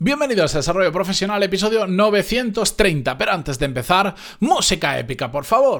Bienvenidos a Desarrollo Profesional, episodio 930. Pero antes de empezar, música épica, por favor.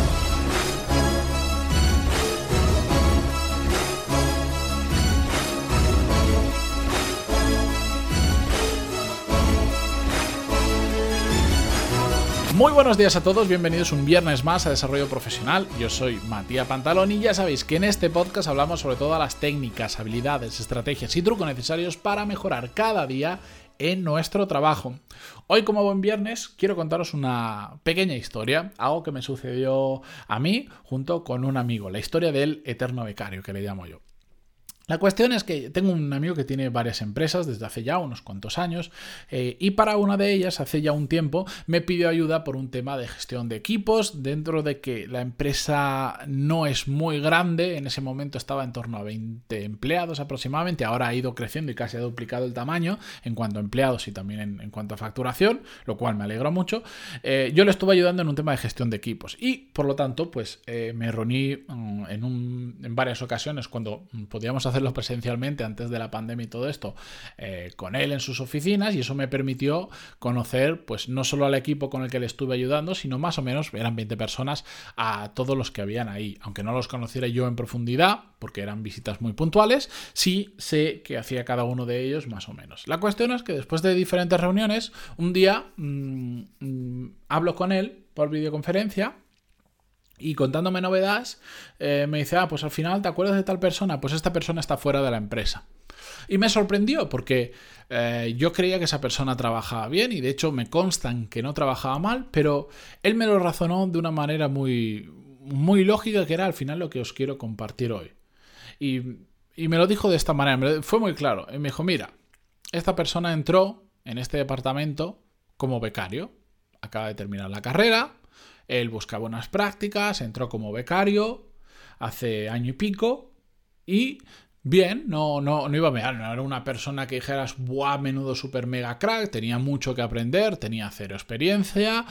Muy buenos días a todos, bienvenidos un viernes más a Desarrollo Profesional. Yo soy Matías Pantalón y ya sabéis que en este podcast hablamos sobre todas las técnicas, habilidades, estrategias y trucos necesarios para mejorar cada día en nuestro trabajo. Hoy, como buen viernes, quiero contaros una pequeña historia, algo que me sucedió a mí junto con un amigo, la historia del eterno becario, que le llamo yo. La cuestión es que tengo un amigo que tiene varias empresas desde hace ya unos cuantos años y para una de ellas, hace ya un tiempo, me pidió ayuda por un tema de gestión de equipos, dentro de que la empresa no es muy grande. En ese momento estaba en torno a 20 empleados aproximadamente, ahora ha ido creciendo y casi ha duplicado el tamaño en cuanto a empleados y también en cuanto a facturación, lo cual me alegra mucho. Yo le estuve ayudando en un tema de gestión de equipos y, por lo tanto, pues me reuní en varias ocasiones cuando podíamos hacerlo presencialmente antes de la pandemia y todo esto, con él en sus oficinas, y eso me permitió conocer pues no solo al equipo con el que le estuve ayudando, sino más o menos, eran 20 personas, a todos los que habían ahí. Aunque no los conociera yo en profundidad, porque eran visitas muy puntuales, sí sé que hacía cada uno de ellos más o menos. La cuestión es que después de diferentes reuniones, un día hablo con él por videoconferencia. Y contándome novedades, me dice, pues al final, ¿te acuerdas de tal persona? Pues esta persona está fuera de la empresa. Y me sorprendió porque yo creía que esa persona trabajaba bien y de hecho me constan que no trabajaba mal, pero él me lo razonó de una manera muy, muy lógica, que era al final lo que os quiero compartir hoy. Y me lo dijo de esta manera, fue muy claro. Y me dijo, mira, esta persona entró en este departamento como becario, acaba de terminar la carrera. Él buscaba unas prácticas, entró como becario hace año y pico y bien, no iba mal, no era una persona que dijeras, ¡buah, menudo super mega crack! Tenía mucho que aprender, tenía cero experiencia,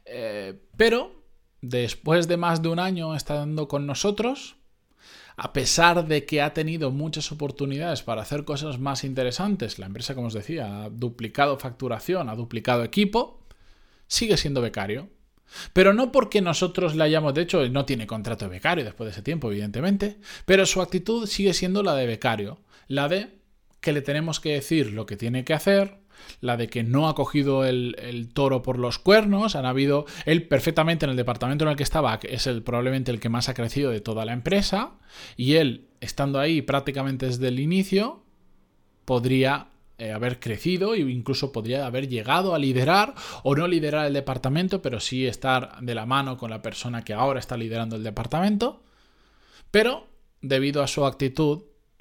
pero después de más de un año estando con nosotros, a pesar de que ha tenido muchas oportunidades para hacer cosas más interesantes, la empresa, como os decía, ha duplicado facturación, ha duplicado equipo, sigue siendo becario. Pero no porque nosotros le hayamos, de hecho, no tiene contrato de becario después de ese tiempo, evidentemente, pero su actitud sigue siendo la de becario, la de que le tenemos que decir lo que tiene que hacer, la de que no ha cogido el toro por los cuernos. Él perfectamente en el departamento en el que estaba, es probablemente el que más ha crecido de toda la empresa, y él, estando ahí prácticamente desde el inicio, podría haber crecido e incluso podría haber llegado a liderar o no liderar el departamento, pero sí estar de la mano con la persona que ahora está liderando el departamento. Pero debido a su actitud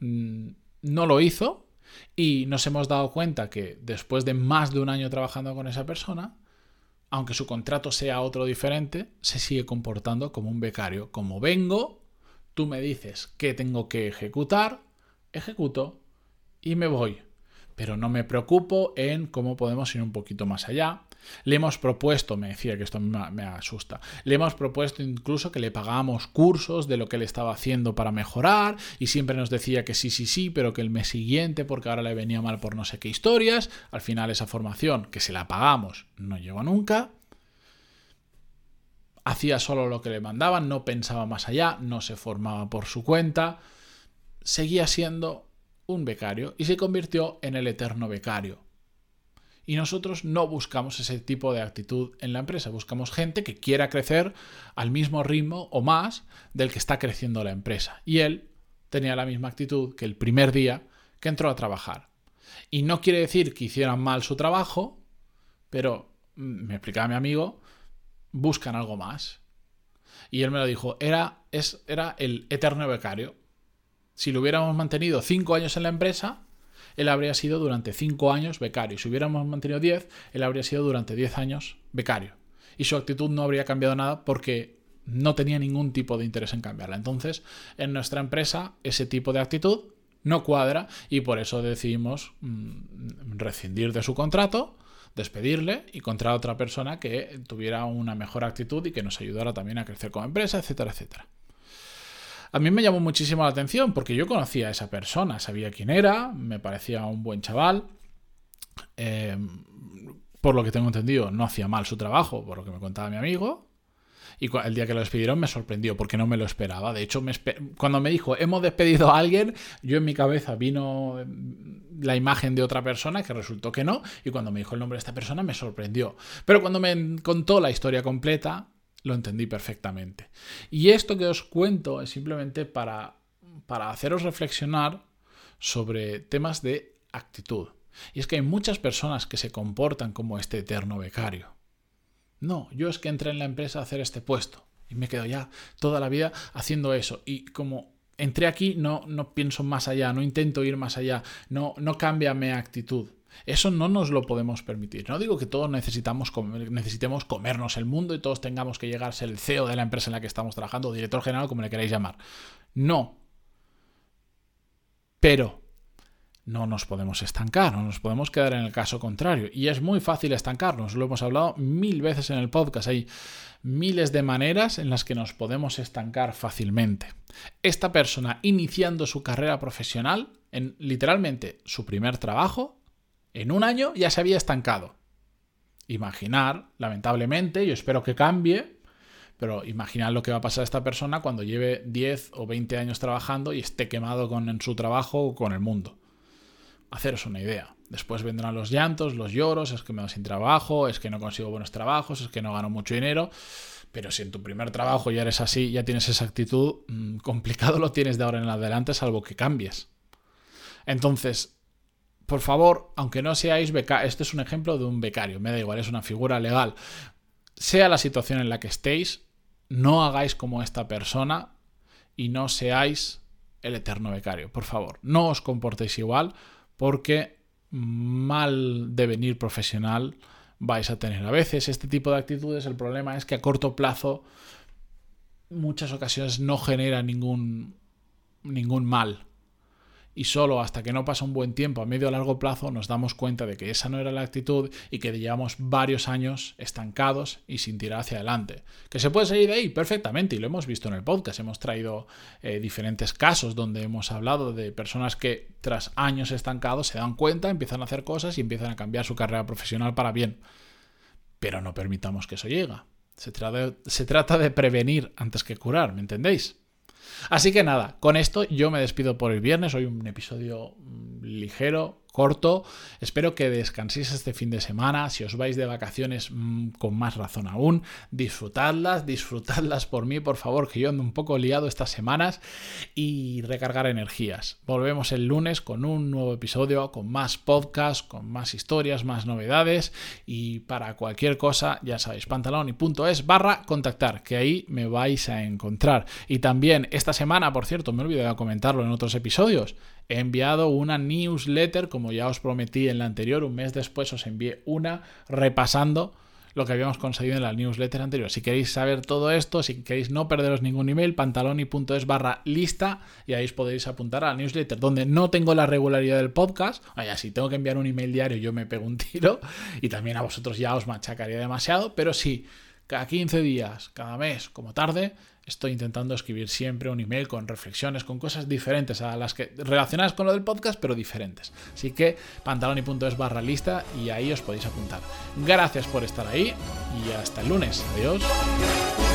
no lo hizo y nos hemos dado cuenta que después de más de un año trabajando con esa persona, aunque su contrato sea otro diferente, se sigue comportando como un becario. Como vengo, tú me dices qué tengo que ejecutar, ejecuto y me voy. Pero no me preocupo en cómo podemos ir un poquito más allá. Le hemos propuesto, me decía que esto me asusta, le hemos propuesto incluso que le pagamos cursos de lo que él estaba haciendo para mejorar y siempre nos decía que sí, pero que el mes siguiente, porque ahora le venía mal por no sé qué historias. Al final esa formación, que se la pagamos, no llegó nunca. Hacía solo lo que le mandaban, no pensaba más allá, no se formaba por su cuenta. Seguía siendo un becario y se convirtió en el eterno becario. Y nosotros no buscamos ese tipo de actitud en la empresa, buscamos gente que quiera crecer al mismo ritmo o más del que está creciendo la empresa. Y él tenía la misma actitud que el primer día que entró a trabajar. Y no quiere decir que hicieran mal su trabajo, pero, me explicaba mi amigo, buscan algo más. Y él me lo dijo, era el eterno becario. Si lo hubiéramos mantenido 5 años en la empresa, él habría sido durante 5 años becario. Si hubiéramos mantenido 10, él habría sido durante 10 años becario. Y su actitud no habría cambiado nada porque no tenía ningún tipo de interés en cambiarla. Entonces, en nuestra empresa, ese tipo de actitud no cuadra y por eso decidimos rescindir de su contrato, despedirle y encontrar a otra persona que tuviera una mejor actitud y que nos ayudara también a crecer como empresa, etcétera, etcétera. A mí me llamó muchísimo la atención porque yo conocía a esa persona, sabía quién era, me parecía un buen chaval por lo que tengo entendido, no hacía mal su trabajo, por lo que me contaba mi amigo. Y el día que lo despidieron me sorprendió porque no me lo esperaba. De hecho, cuando me dijo hemos despedido a alguien, yo en mi cabeza vino la imagen de otra persona que resultó que no. Y cuando me dijo el nombre de esta persona me sorprendió. Pero cuando me contó la historia completa, lo entendí perfectamente. Y esto que os cuento es simplemente para haceros reflexionar sobre temas de actitud. Y es que hay muchas personas que se comportan como este eterno becario. No, yo es que entré en la empresa a hacer este puesto y me quedo ya toda la vida haciendo eso. Y como entré aquí, no pienso más allá, no intento ir más allá, no cambia mi actitud. Eso no nos lo podemos permitir. No digo que todos necesitemos comernos el mundo y todos tengamos que llegar a ser el CEO de la empresa en la que estamos trabajando, o director general, como le queráis llamar. No. Pero no nos podemos estancar, no nos podemos quedar en el caso contrario. Y es muy fácil estancarnos, lo hemos hablado 1000 veces en el podcast. Hay miles de maneras en las que nos podemos estancar fácilmente. Esta persona, iniciando su carrera profesional, en literalmente su primer trabajo, en un año ya se había estancado. Imaginar, lamentablemente, yo espero que cambie, pero imaginad lo que va a pasar a esta persona cuando lleve 10 o 20 años trabajando y esté quemado en su trabajo o con el mundo. Haceros una idea. Después vendrán los llantos, los lloros, es que me quedo sin trabajo, es que no consigo buenos trabajos, es que no gano mucho dinero. Pero si en tu primer trabajo ya eres así, ya tienes esa actitud, complicado lo tienes de ahora en adelante, salvo que cambies. Entonces, por favor, aunque no seáis becarios, este es un ejemplo de un becario, me da igual, es una figura legal. Sea la situación en la que estéis, no hagáis como esta persona y no seáis el eterno becario. Por favor, no os comportéis igual, porque mal devenir profesional vais a tener. A veces este tipo de actitudes, el problema es que a corto plazo muchas ocasiones no genera ningún mal. Y solo hasta que no pasa un buen tiempo, a medio o largo plazo, nos damos cuenta de que esa no era la actitud y que llevamos varios años estancados y sin tirar hacia adelante. ¿Que se puede salir de ahí? Perfectamente, y lo hemos visto en el podcast. Hemos traído diferentes casos donde hemos hablado de personas que tras años estancados se dan cuenta, empiezan a hacer cosas y empiezan a cambiar su carrera profesional para bien. Pero no permitamos que eso llegue. Se trata de prevenir antes que curar, ¿me entendéis? Así que nada, con esto yo me despido por el viernes. Hoy un episodio ligero, corto. Espero que descanséis este fin de semana. Si os vais de vacaciones, con más razón aún, disfrutadlas por mí, por favor, que yo ando un poco liado estas semanas, y recargar energías. Volvemos el lunes con un nuevo episodio, con más podcast, con más historias, más novedades, y para cualquier cosa, ya sabéis, pantaloni.es/contactar, que ahí me vais a encontrar. Y también esta semana, por cierto, me olvidé de comentarlo en otros episodios, he enviado una newsletter, como ya os prometí en la anterior. Un mes después os envié una repasando lo que habíamos conseguido en la newsletter anterior. Si queréis saber todo esto, si queréis no perderos ningún email, pantaloni.es/lista, y ahí os podéis apuntar a la newsletter, donde no tengo la regularidad del podcast. Vaya, si tengo que enviar un email diario, yo me pego un tiro, y también a vosotros ya os machacaría demasiado, pero sí, cada 15 días, cada mes, como tarde, estoy intentando escribir siempre un email con reflexiones, con cosas diferentes a las que relacionadas con lo del podcast, pero diferentes. Así que pantaloni.es/lista, y ahí os podéis apuntar. Gracias por estar ahí y hasta el lunes. Adiós.